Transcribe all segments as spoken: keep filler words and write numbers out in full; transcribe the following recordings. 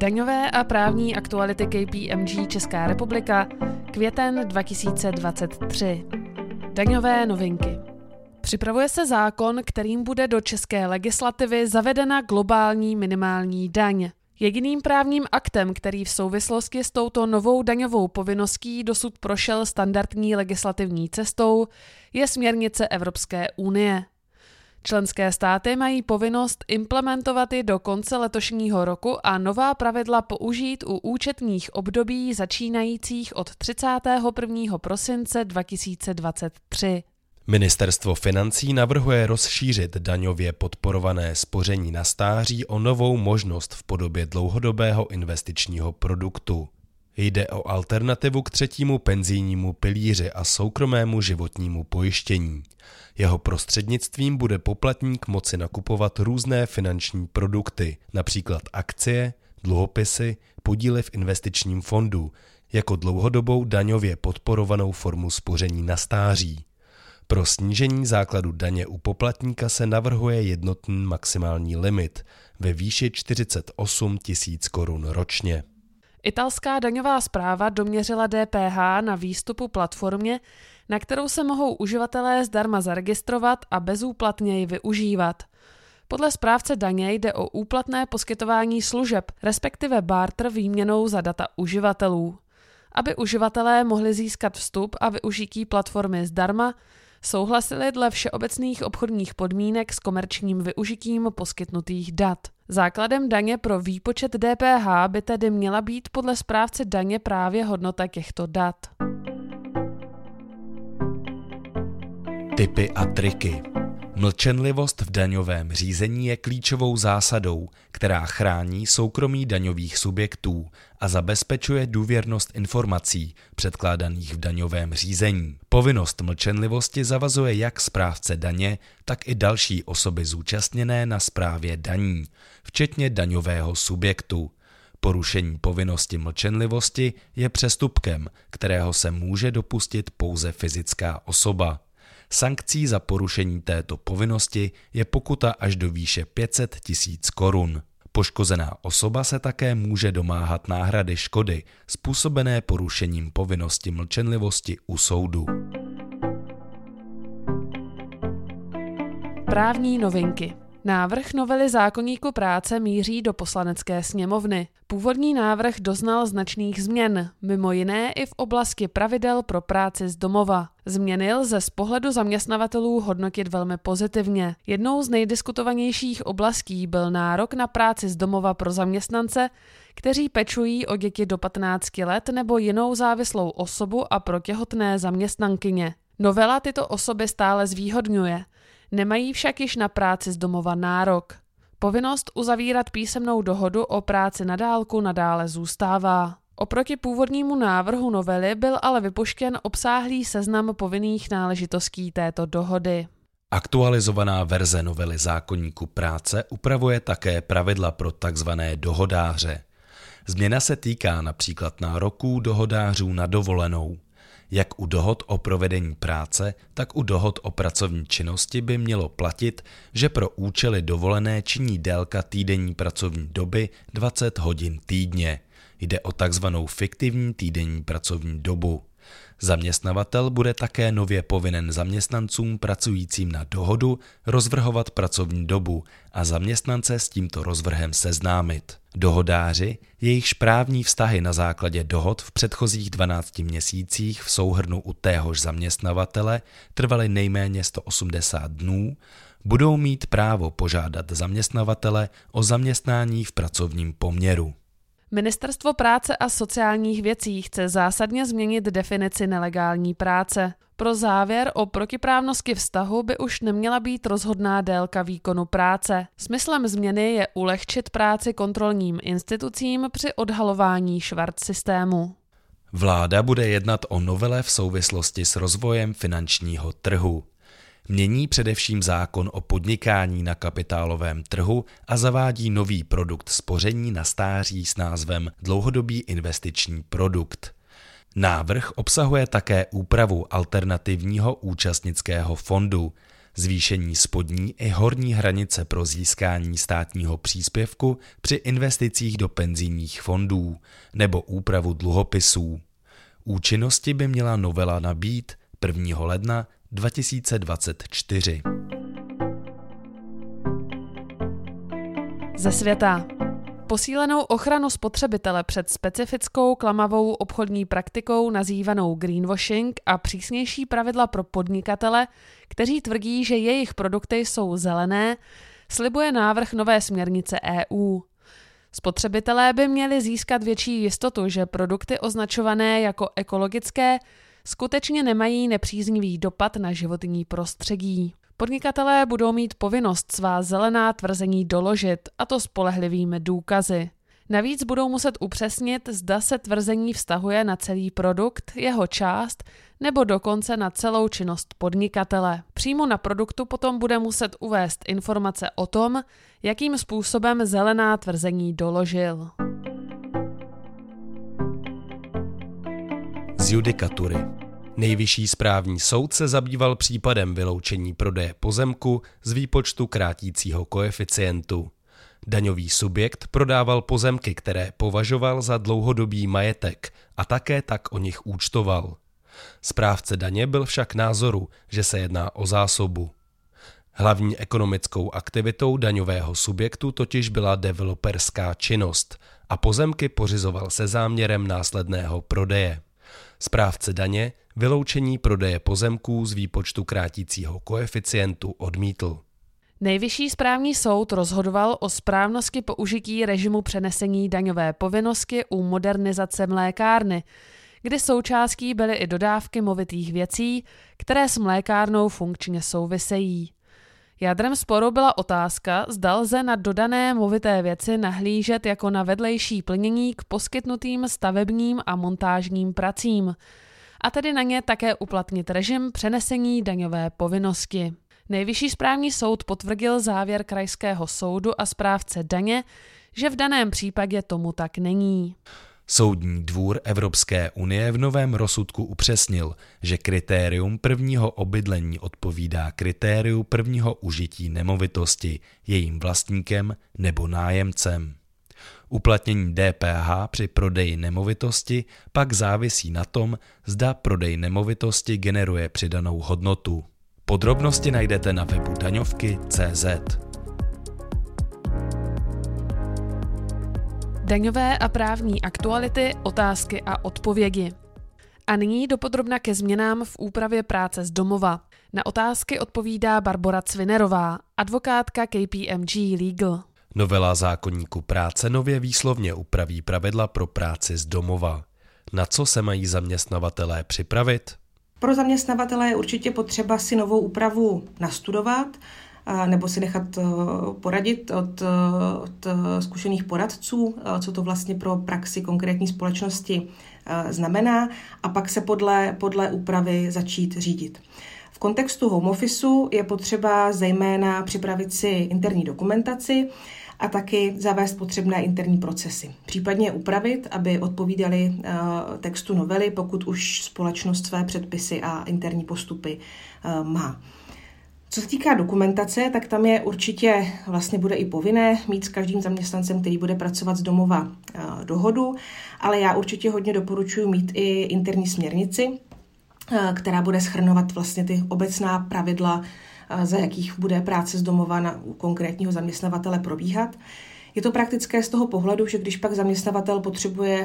Daňové a právní aktuality K P M G Česká republika, květen dva tisíce dvacet tři. Daňové novinky. Připravuje se zákon, kterým bude do české legislativy zavedena globální minimální daň. Jediným právním aktem, který v souvislosti s touto novou daňovou povinností dosud prošel standardní legislativní cestou, je směrnice Evropské unie. Členské státy mají povinnost implementovat ji do konce letošního roku a nová pravidla použít u účetních období začínajících od třicátého prvního prosince dva tisíce dvacet tři. Ministerstvo financí navrhuje rozšířit daňově podporované spoření na stáří o novou možnost v podobě dlouhodobého investičního produktu. Jde o alternativu k třetímu penzijnímu pilíři a soukromému životnímu pojištění. Jeho prostřednictvím bude poplatník moci nakupovat různé finanční produkty, například akcie, dluhopisy, podíly v investičním fondu, jako dlouhodobou daňově podporovanou formu spoření na stáří. Pro snížení základu daně u poplatníka se navrhuje jednotný maximální limit ve výši čtyřicet osm tisíc korun ročně. Italská daňová správa doměřila D P H na výstupu platformě, na kterou se mohou uživatelé zdarma zaregistrovat a bezúplatně ji využívat. Podle správce daně jde o úplatné poskytování služeb, respektive barter výměnou za data uživatelů. Aby uživatelé mohli získat vstup a využití platformy zdarma, souhlasili dle všeobecných obchodních podmínek s komerčním využitím poskytnutých dat. Základem daně pro výpočet D P H by tedy měla být podle správce daně právě hodnota těchto dat. Tipy a triky. Mlčenlivost v daňovém řízení je klíčovou zásadou, která chrání soukromí daňových subjektů a zabezpečuje důvěrnost informací předkládaných v daňovém řízení. Povinnost mlčenlivosti zavazuje jak správce daně, tak i další osoby zúčastněné na správě daní, včetně daňového subjektu. Porušení povinnosti mlčenlivosti je přestupkem, kterého se může dopustit pouze fyzická osoba. Sankcí za porušení této povinnosti je pokuta až do výše pět set tisíc korun. Poškozená osoba se také může domáhat náhrady škody způsobené porušením povinnosti mlčenlivosti u soudu. Právní novinky. Návrh novely zákoníku práce míří do Poslanecké sněmovny. Původní návrh doznal značných změn, mimo jiné i v oblasti pravidel pro práci z domova. Změny lze z pohledu zaměstnavatelů hodnotit velmi pozitivně. Jednou z nejdiskutovanějších oblastí byl nárok na práci z domova pro zaměstnance, kteří pečují o děti do patnácti let nebo jinou závislou osobu a pro těhotné zaměstnankyně. Novela tyto osoby stále zvýhodňuje. Nemají však již na práci z domova nárok. Povinnost uzavírat písemnou dohodu o práci na dálku nadále zůstává. Oproti původnímu návrhu novely byl ale vypuštěn obsáhlý seznam povinných náležitostí této dohody. Aktualizovaná verze novely zákoníku práce upravuje také pravidla pro tzv. Dohodáře. Změna se týká například nároků dohodářů na dovolenou. Jak u dohod o provedení práce, tak u dohod o pracovní činnosti by mělo platit, že pro účely dovolené činí délka týdenní pracovní doby dvacet hodin týdně. Jde o takzvanou fiktivní týdenní pracovní dobu. Zaměstnavatel bude také nově povinen zaměstnancům pracujícím na dohodu rozvrhovat pracovní dobu a zaměstnance s tímto rozvrhem seznámit. Dohodáři, jejichž právní vztahy na základě dohod v předchozích dvanácti měsících v souhrnu u téhož zaměstnavatele trvaly nejméně sto osmdesát dnů, budou mít právo požádat zaměstnavatele o zaměstnání v pracovním poměru. Ministerstvo práce a sociálních věcí chce zásadně změnit definici nelegální práce. Pro závěr o protiprávnosti vztahu by už neměla být rozhodná délka výkonu práce. Smyslem změny je ulehčit práci kontrolním institucím při odhalování švart systému. Vláda bude jednat o novele v souvislosti s rozvojem finančního trhu. Mění především zákon o podnikání na kapitálovém trhu a zavádí nový produkt spoření na stáří s názvem dlouhodobý investiční produkt. Návrh obsahuje také úpravu alternativního účastnického fondu. zvýšení spodní i horní hranice pro získání státního příspěvku při investicích do penzijních fondů nebo úpravu dluhopisů. Účinnosti by měla novela nabýt prvního ledna dva tisíce dvacet čtyři. Ze světa. Posílenou ochranu spotřebitele před specifickou klamavou obchodní praktikou nazývanou greenwashing a přísnější pravidla pro podnikatele, kteří tvrdí, že jejich produkty jsou zelené, slibuje návrh nové směrnice E U. Spotřebitelé by měli získat větší jistotu, že produkty označované jako ekologické skutečně nemají nepříznivý dopad na životní prostředí. Podnikatelé budou mít povinnost svá zelená tvrzení doložit, a to spolehlivými důkazy. Navíc budou muset upřesnit, zda se tvrzení vztahuje na celý produkt, jeho část nebo dokonce na celou činnost podnikatele. Přímo na produktu potom bude muset uvést informace o tom, jakým způsobem zelená tvrzení doložil. Z judikatury. Nejvyšší správní soud se zabýval případem vyloučení prodeje pozemku z výpočtu krátícího koeficientu. Daňový subjekt prodával pozemky, které považoval za dlouhodobý majetek a také tak o nich účtoval. Správce daně byl však názoru, že se jedná o zásobu. Hlavní ekonomickou aktivitou daňového subjektu totiž byla developerská činnost a pozemky pořizoval se záměrem následného prodeje. Správce daně vyloučení prodeje pozemků z výpočtu krátícího koeficientu odmítl. Nejvyšší správní soud rozhodoval o správnosti použití režimu přenesení daňové povinnosti u modernizace mlékárny, kdy součástí byly i dodávky movitých věcí, které s mlékárnou funkčně souvisejí. Jádrem sporu byla otázka, zda lze na dodané movité věci nahlížet jako na vedlejší plnění k poskytnutým stavebním a montážním pracím, a tedy na ně také uplatnit režim přenesení daňové povinnosti. Nejvyšší správní soud potvrdil závěr krajského soudu a správce daně, že v daném případě tomu tak není. Soudní dvůr Evropské unie v novém rozsudku upřesnil, že kritérium prvního obydlení odpovídá kritériu prvního užití nemovitosti, jejím vlastníkem nebo nájemcem. Uplatnění D P H při prodeji nemovitosti pak závisí na tom, zda prodej nemovitosti generuje přidanou hodnotu. Podrobnosti najdete na webu daňovky tečka cé zet. Daňové a právní aktuality, otázky a odpovědi. A nyní dopodrobna ke změnám v úpravě práce z domova. Na otázky odpovídá Barbora Cvinerová, advokátka K P M G Legal. Novela zákoníku práce nově výslovně upraví pravidla pro práci z domova. Na co se mají zaměstnavatelé připravit? Pro zaměstnavatele je určitě potřeba si novou úpravu nastudovat nebo si nechat poradit od, od zkušených poradců, co to vlastně pro praxi konkrétní společnosti znamená, a pak se podle, podle úpravy začít řídit. V kontextu home officeu je potřeba zejména připravit si interní dokumentaci a taky zavést potřebné interní procesy. Případně je upravit, aby odpovídaly textu novely, pokud už společnost své předpisy a interní postupy má. Co se týká dokumentace, tak tam je určitě vlastně bude i povinné mít s každým zaměstnancem, který bude pracovat z domova, dohodu, ale já určitě hodně doporučuji mít i interní směrnici, která bude shrnovat vlastně ty obecná pravidla, za jakých bude práce z domova na konkrétního zaměstnavatele probíhat. Je to praktické z toho pohledu, že když pak zaměstnavatel potřebuje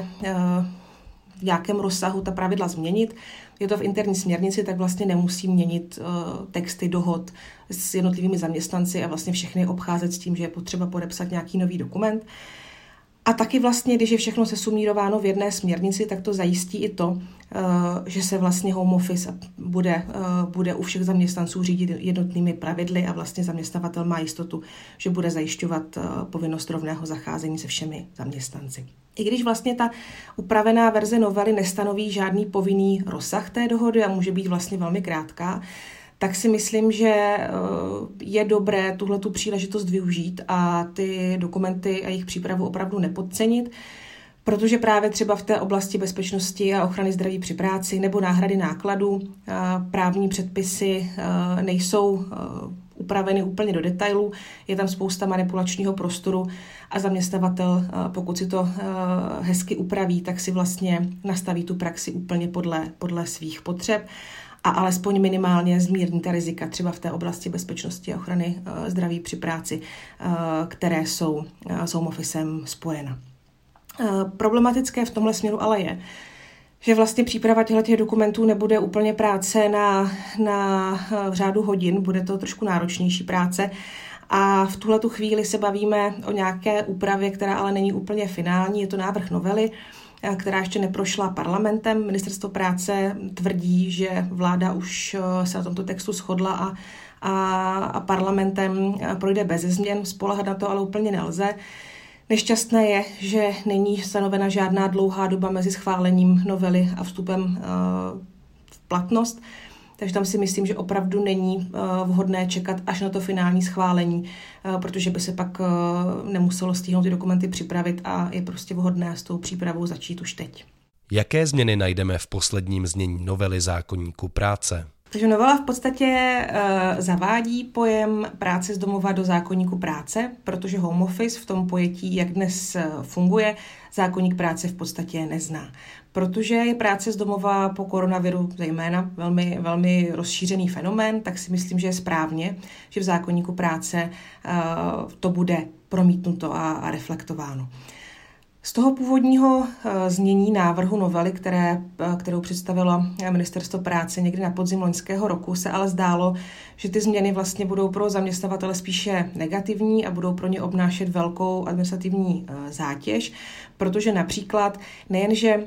v nějakém rozsahu ta pravidla změnit, je to v interní směrnici, tak vlastně nemusí měnit uh, texty dohod s jednotlivými zaměstnanci a vlastně všechny obcházet s tím, že je potřeba podepsat nějaký nový dokument. A taky vlastně, když je všechno sesumírováno v jedné směrnici, tak to zajistí i to, uh, že se vlastně home office bude, uh, bude u všech zaměstnanců řídit jednotnými pravidly a vlastně zaměstnavatel má jistotu, že bude zajišťovat uh, povinnost rovného zacházení se všemi zaměstnanci. I když vlastně ta upravená verze novely nestanoví žádný povinný rozsah té dohody a může být vlastně velmi krátká, tak si myslím, že je dobré tuhletu příležitost využít a ty dokumenty a jejich přípravu opravdu nepodcenit, protože právě třeba v té oblasti bezpečnosti a ochrany zdraví při práci nebo náhrady nákladů právní předpisy nejsou upraveny úplně do detailů, je tam spousta manipulačního prostoru a zaměstnavatel, pokud si to hezky upraví, tak si vlastně nastaví tu praxi úplně podle, podle svých potřeb a alespoň minimálně zmírní ta rizika třeba v té oblasti bezpečnosti a ochrany zdraví při práci, které jsou s home officem spojena. Problematické v tomhle směru ale je, že vlastně příprava těchto dokumentů nebude úplně práce na, na v řádu hodin, bude to trošku náročnější práce a v tuhletu chvíli se bavíme o nějaké úpravě, která ale není úplně finální, je to návrh novely, která ještě neprošla parlamentem. Ministerstvo práce tvrdí, že vláda už se na tomto textu shodla a, a, a parlamentem projde beze změn, spoléhat na to ale úplně nelze. Nešťastné je, že není stanovena žádná dlouhá doba mezi schválením novely a vstupem v platnost, takže tam si myslím, že opravdu není vhodné čekat až na to finální schválení, protože by se pak nemuselo stihnout ty dokumenty připravit a je prostě vhodné s tou přípravou začít už teď. Jaké změny najdeme v posledním znění novely zákoníku práce? Takže novela v podstatě uh, zavádí pojem práce z domova do zákoníku práce, protože home office v tom pojetí, jak dnes uh, funguje, zákoník práce v podstatě nezná. Protože je práce z domova po koronaviru zejména velmi, velmi rozšířený fenomén, tak si myslím, že je správně, že v zákoníku práce uh, to bude promítnuto a, a reflektováno. Z toho původního znění návrhu novely, které, kterou představilo Ministerstvo práce někdy na podzim loňského roku, se ale zdálo, že ty změny vlastně budou pro zaměstnavatele spíše negativní a budou pro ně obnášet velkou administrativní zátěž, protože například nejenže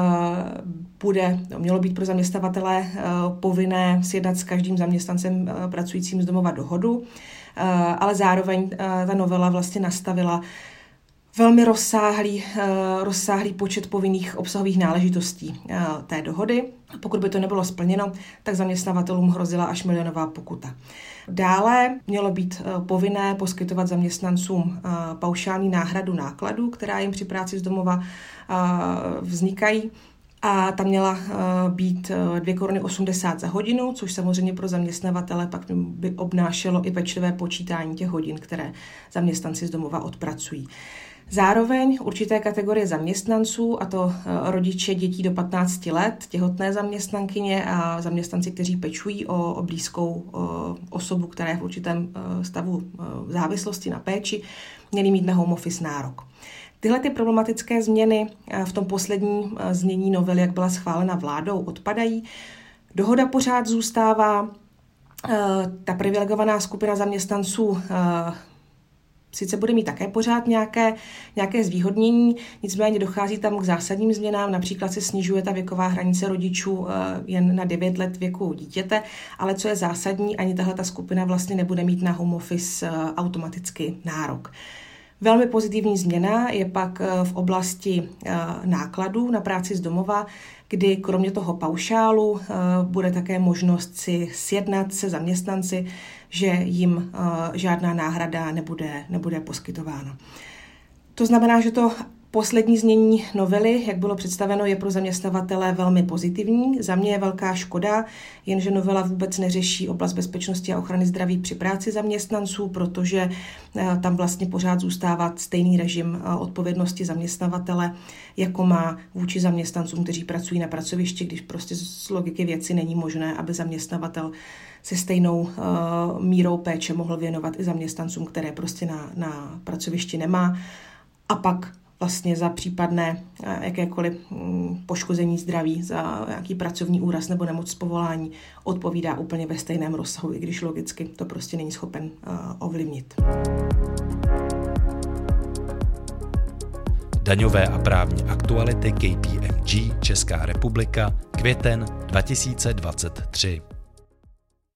bude, mělo být pro zaměstnavatele povinné sjednat s každým zaměstnancem pracujícím z domova dohodu, ale zároveň ta novela vlastně nastavila velmi rozsáhlý, rozsáhlý počet povinných obsahových náležitostí té dohody. Pokud by to nebylo splněno, tak zaměstnavatelům hrozila až milionová pokuta. Dále mělo být povinné poskytovat zaměstnancům paušální náhradu nákladů, která jim při práci z domova vznikají. A tam měla být dvě koruny osmdesát za hodinu, což samozřejmě pro zaměstnavatele pak by obnášelo i pečlivé počítání těch hodin, které zaměstnanci z domova odpracují. Zároveň určité kategorie zaměstnanců, a to rodiče dětí do patnácti let, těhotné zaměstnankyně a zaměstnanci, kteří pečují o, o blízkou o osobu, která je v určitém stavu závislosti na péči, měli mít na home office nárok. Tyhle ty problematické změny v tom posledním znění novely, jak byla schválena vládou, odpadají. Dohoda pořád zůstává, ta privilegovaná skupina zaměstnanců sice bude mít také pořád nějaké, nějaké zvýhodnění, nicméně dochází tam k zásadním změnám, například se snižuje ta věková hranice rodičů jen na devět let věku dítěte, ale co je zásadní, ani tahle ta skupina vlastně nebude mít na home office automaticky nárok. Velmi pozitivní změna je pak v oblasti nákladů na práci z domova, kdy kromě toho paušálu bude také možnost si sjednat se zaměstnanci, že jim žádná náhrada nebude, nebude poskytována. To znamená, že to poslední znění novely, jak bylo představeno, je pro zaměstnavatele velmi pozitivní. Za mě je velká škoda, jenže novela vůbec neřeší oblast bezpečnosti a ochrany zdraví při práci zaměstnanců, protože tam vlastně pořád zůstává stejný režim odpovědnosti zaměstnavatele, jako má vůči zaměstnancům, kteří pracují na pracovišti, když prostě z logiky věci není možné, aby zaměstnavatel se stejnou uh, mírou péče mohl věnovat i zaměstnancům, které prostě na, na pracovišti nemá. A pak vlastně za případné jakékoliv poškození zdraví, za nějaký pracovní úraz nebo nemoc z povolání odpovídá úplně ve stejném rozsahu, i když logicky to prostě není schopen ovlivnit. Daňové a právní aktuality K P M G Česká republika, květen dva tisíce dvacet tři.